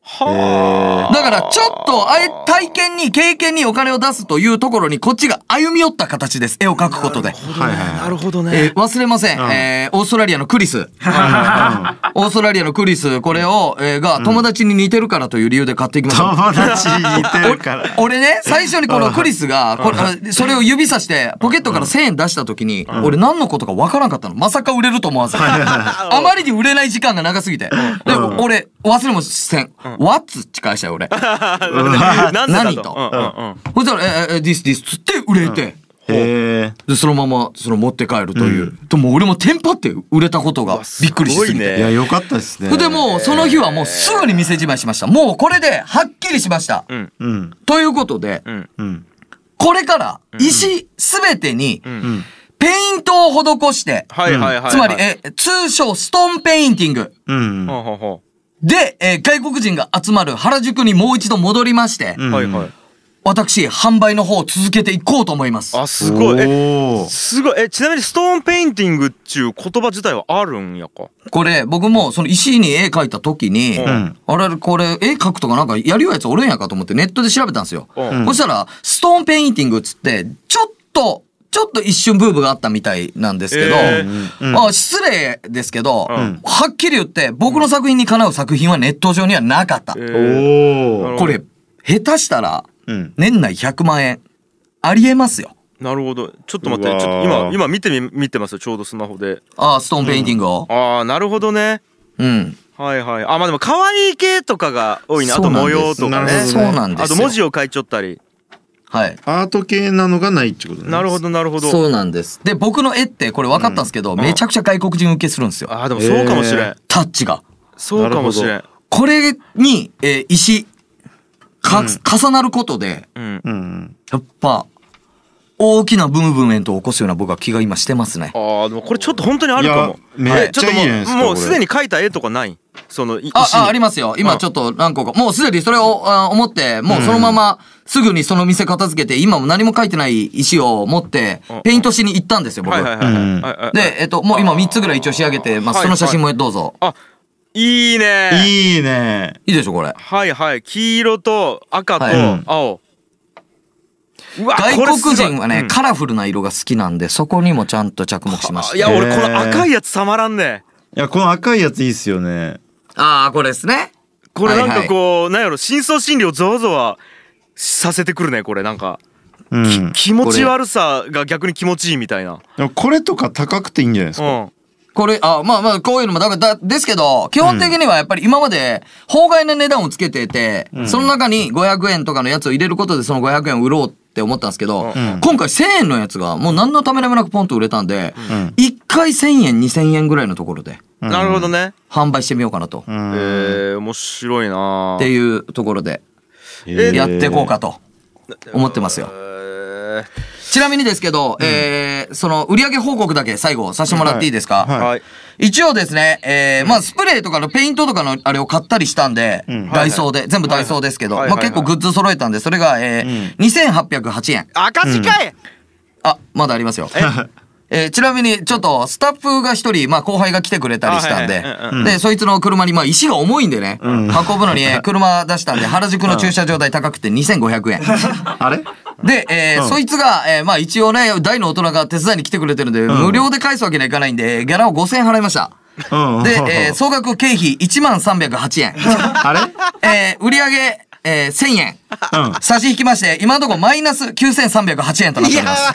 だからちょっと体験に経験にお金を出すというところにこっちが歩み寄った形です。絵を描くことで。 なるほどね。 忘れません。オーストラリアのクリス。オーストラリアのクリス、これを、が友達に似てるからという理由で買っていきました。 友達に似てるから。 俺ね、最初にこのクリスが、それを指さしてポケットから1000円出した時に、俺何のことかわからんかったの。まさか売れると思わず。あまりに売れない時間が長すぎて。で、俺、忘れもせん。What? って返したよ、俺。何と。そしたら、this つって売れて。で、そのまま、持って帰るという。でも俺もテンパって売れたことがびっくりしすぎて。 いや、よかったですね。 でも、その日はもうすぐに店じまいしました。もうこれで、はっきりしました。ということで、これから、石すべてに、ペイントを施して、つまり、通称ストーンペインティング。で、外国人が集まる原宿にもう一度戻りまして、私、販売の方を続けていこうと思います。 あ、すごい。すごい。ちなみにストーンペインティングっちゅう言葉自体はあるんやか。 これ、僕もその石に絵描いた時に、あれ、これ、絵描くとかなんかやるやつおるんやかと思ってネットで調べたんですよ。そしたら、ストーンペインティングっつって、ちょっと一瞬ブームがあったみたいなんですけど、失礼ですけど、はっきり言って僕の作品にかなう作品はネット上にはなかった。これ、下手したら、年内100万円、ありえますよ。 なるほど。ちょっと待って、ちょっと今見てますよ、ちょうどスマホで。 ストーンペインティングを。 なるほどね。はいはい。まあでも可愛い系とかが多いね。あと模様とかね。 そうなんですよ。 あと文字を書いちょったり。 はい。 アート系なのがないってことね。 なるほどなるほど。 そうなんです。で、僕の絵ってこれ分かったんですけど、めちゃくちゃ外国人受けするんですよ。 でもそうかもしれん。 タッチが。 そうかもしれん。 これに、石、重なることで、やっぱ、大きなブームメントを起こすような僕は気が今してますね。 でもこれちょっと本当にあるかも。 めっちゃいいじゃないですか。 もうすでに描いた絵とかない？その石に。 ありますよ。今ちょっと何個か。もうすでにそれを思って、もうそのまますぐにその店片付けて、今も何も描いてない石を持って、ペイントしに行ったんですよ、僕。で、もう今3つぐらい一応仕上げてます。その写真もどうぞ。 いいね。 いいね。 いいでしょ、これ。 はいはい。黄色と赤と青。 外国人はね、カラフルな色が好きなんで、そこにもちゃんと着目しました。 いや、俺この赤いやつたまらんね。 いや、この赤いやついいっすよね。 これですね。 これなんかこう、なんやろ、深層心理をゾワゾワさせてくるね、これなんか。気持ち悪さが逆に気持ちいいみたいな。 でもこれとか高くていいんじゃないですか。 これ、まあ、こういうのも、ですけど、基本的にはやっぱり今まで、法外な値段をつけてて、その中に500円とかのやつを入れることでその500円を売ろうって思ったんですけど、今回1000円のやつがもう何のためらいもなくポンと売れたんで、1回1000円、2000円ぐらいのところで。 なるほどね。 販売してみようかなと。 面白いなっていうところで、やっていこうかと思ってますよ。ちなみにですけど、その売上報告だけ最後させてもらっていいですか？はい。一応ですね、まあスプレーとかのペイントとかのあれを買ったりしたんで、ダイソーで、全部ダイソーですけど、まあ結構グッズ揃えたんで、それが、2808円。 赤字かい！ まだありますよ。ちなみにちょっとスタッフが一人、まあ後輩が来てくれたりしたんで、で、そいつの車に、まあ石が重いんでね、運ぶのに車出したんで、原宿の駐車場代高くて2500円。 あれで、そいつが、まあ一応ね、大の大人が手伝いに来てくれてるんで、無料で返すわけにはいかないんで、ギャラを5000円払いました。で、総額経費1308円。 あれ売上1000円。差し引きまして、今のところマイナス9308円となっております。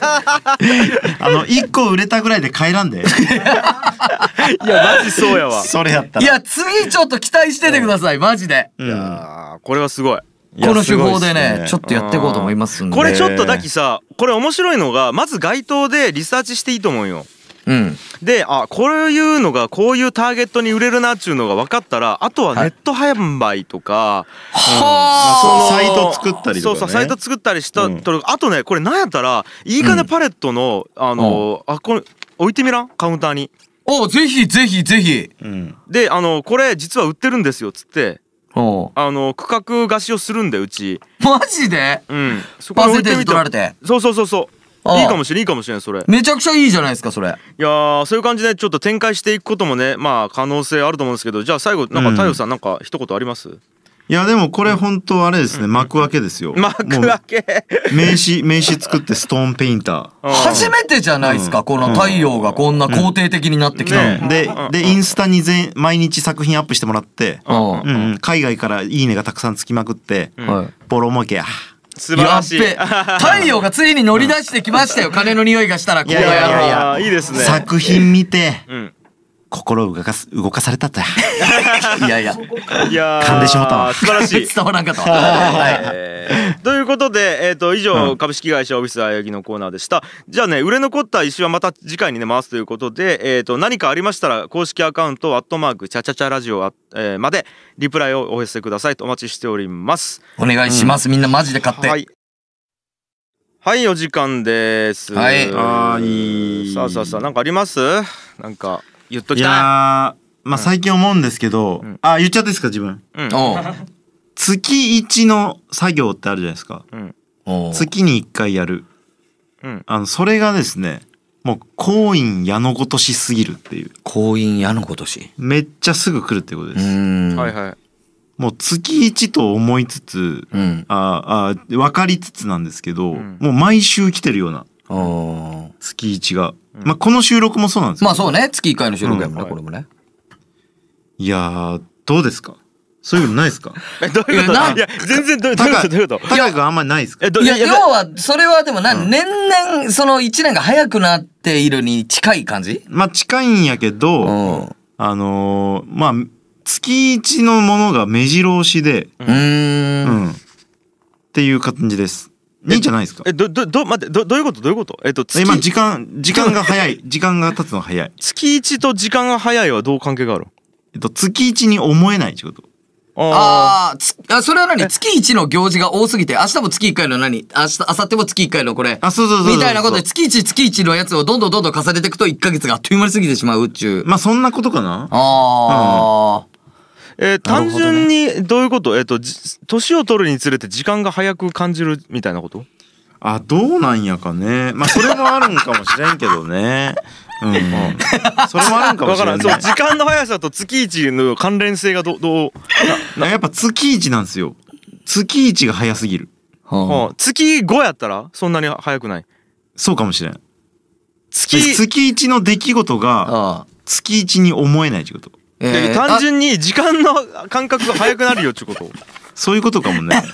1個売れたぐらいで帰らんで。 いや、マジそうやわ。 それやったら。 いや、次ちょっと期待しててください、マジで。 いやこれはすごい。 この手法でね、ちょっとやっていこうと思いますんで。 これちょっとだきさ、これ面白いのが、まず街頭でリサーチしていいと思うよ。で、こういうのがこういうターゲットに売れるなっちゅうのが分かったら、あとはネット販売とか、 サイト作ったりとかね。 そうサイト作ったりしたあとね、これなんやったらいいかねパレットのこれ置いてみらん、カウンターに。 ぜひぜひぜひ。 で、これ実は売ってるんですよっつって、区画貸しをするんだよ、うち。 マジで？ パーセンテージ取られて。 そういいかもしれん、それ。 めちゃくちゃいいじゃないですか、それ。 いやー、そういう感じでちょっと展開していくこともね、まあ可能性あると思うんですけど、じゃあ最後、なんか太陽さんなんか一言あります？ いやでもこれ本当あれですね、幕開けですよ。 幕開け。 名刺作ってストーンペインター。 初めてじゃないですか、この太陽がこんな肯定的になってきたの。 でインスタに毎日作品アップしてもらって、海外からいいねがたくさんつきまくって、ボロ儲けや。 素晴らしい。 太陽がついに乗り出してきましたよ。金の匂いがしたらこうやろ。いいですね。 作品見て心を動かされたって。 いや噛んでしまったわ。 素晴らしい。伝わらんかったということで以上株式会社オフィスあやぎのコーナーでした。じゃあね、売れ残った石はまた次回にね回すということで、何かありましたら公式アカウント@チャチャチャラジオまでリプライをお寄せくださいとお待ちしております。 お願いします。みんなマジで買って。 はい、お時間です。 はい。 さあなんかあります？なんか言っときたい。 いやまあ最近思うんですけど、言っちゃっていいですか自分。月1の作業ってあるじゃないですか。月に1回やる。それがですね、もう婚姻矢のごとしすぎるっていう。 婚姻矢のごとし。 めっちゃすぐ来るってことです。 はいはい。 もう月1と思いつつ、分かりつつなんですけど、もう毎週来てるような月1が。まあこの収録もそうなんですよ。 まあそうね、月1回の収録やもんね、これもね。 いやー、どうですか？そういうことないですか？ どういうこと？いや全然どういうこと？ 高くあんまりないですか？ いや要はそれはでも年々その1年が早くなっているに近い感じ？ まあ近いんやけど、まあ月1のものが目白押しで、っていう感じです。いいんじゃないですか？ 待って、どういうこと？ 今時間が早い、時間が経つのが早い。 月1と時間が早いはどう関係がある？ 月1に思えないってこと。 それは何？月1の行事が多すぎて、明日も月1回の明後日も月1回のこれ。 そうみたいなことで、月1のやつをどんどん重ねていくと1ヶ月があっという間に過ぎてしまうっちゅう。 まあそんなことかな。 単純にどういうこと？年を取るにつれて時間が早く感じるみたいなこと？ どうなんやかね。まあそれもあるんかもしれんけどね。それもあるんかもしれない。 そう、時間の速さと月1の関連性がどうやっぱ月1なんですよ。月1が早すぎる。 月5やったらそんなに早くない？ そうかもしれん。月1の出来事が月1に思えないってこと。 単純に時間の感覚が早くなるよってこと。 そういうことかもね。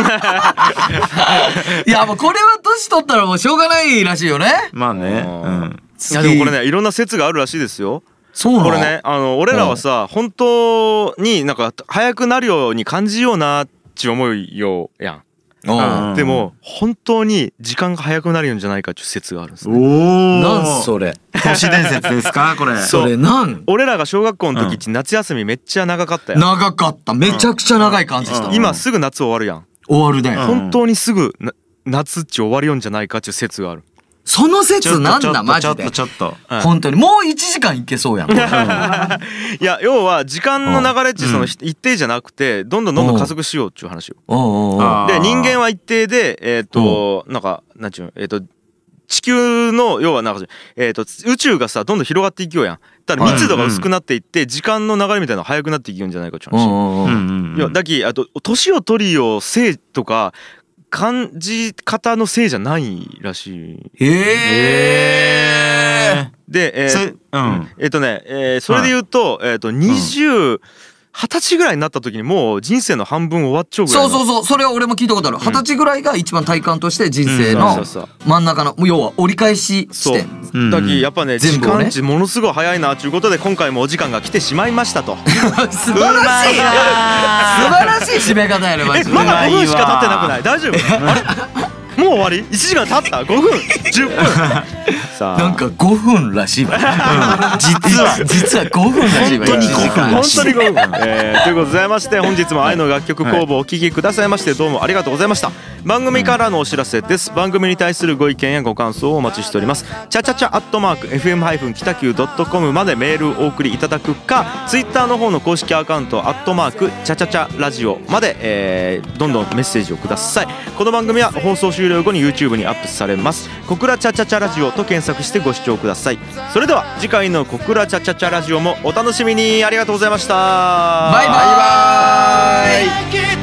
いやもうこれは年取ったらもうしょうがないらしいよね。 まあね。 いやでもこれね、いろんな説があるらしいですよ。 そうなの？ これね、俺らはさ、本当になんか早くなるように感じようなって思うよやん。でも本当に時間が早くなるんじゃないかっていう説があるんですね。 なんそれ？ 都市伝説ですかこれ？ それなん？ 俺らが小学校の時って夏休みめっちゃ長かったやん。 長かった。めちゃくちゃ長い感じした。 今すぐ夏終わるやん。 終わるね。 本当にすぐ夏っち終わるよんじゃないかっていう説がある。 その説なんだマジで。 ちょっと本当にもう1時間いけそうやん。いや要は時間の流れってその一定じゃなくてどんどん加速しようっていう話よ。で人間は一定でなんかなんちゅう地球の要はなんか宇宙がさどんどん広がっていくよやん。だから密度が薄くなっていって時間の流れみたいなのが速くなっていくんじゃないかっていう話。いやだき年を取りよせいとか感じ方のせいじゃないらしい。でそれで言うと20歳ぐらいになった時にもう人生の半分終わっちゃうぐらい。 そうそれは俺も聞いたことある。20歳ぐらいが一番体感として人生の真ん中の要は折り返し地点。 だきやっぱね時間値ものすごい早いなということで今回もお時間が来てしまいましたと。 素晴らしい素晴らしい締め方やねマジで。 まだ5分しか経ってなくない？大丈夫？あれ？もう終わり？ 1 時間経った？5分10分さあなんか5分らしいわ。実は5分らしいわ。 本当に5分。ということでございまして本日も愛の楽曲工房をお聴きくださいましてどうもありがとうございました。番組からのお知らせです。番組に対するご意見やご感想をお待ちしております。チャチャチャ@fm- 北九 .com までメールをお送りいただくか Twitter の方の公式アカウントチャチャチャラジオまで、どんどんメッセージをください。この番組は放送終了後に YouTube にアップされます。小倉チャチャチャラジオと検検索してご視聴ください。それでは次回の小倉チャチャチャラジオもお楽しみに。ありがとうございました。 バイバイ。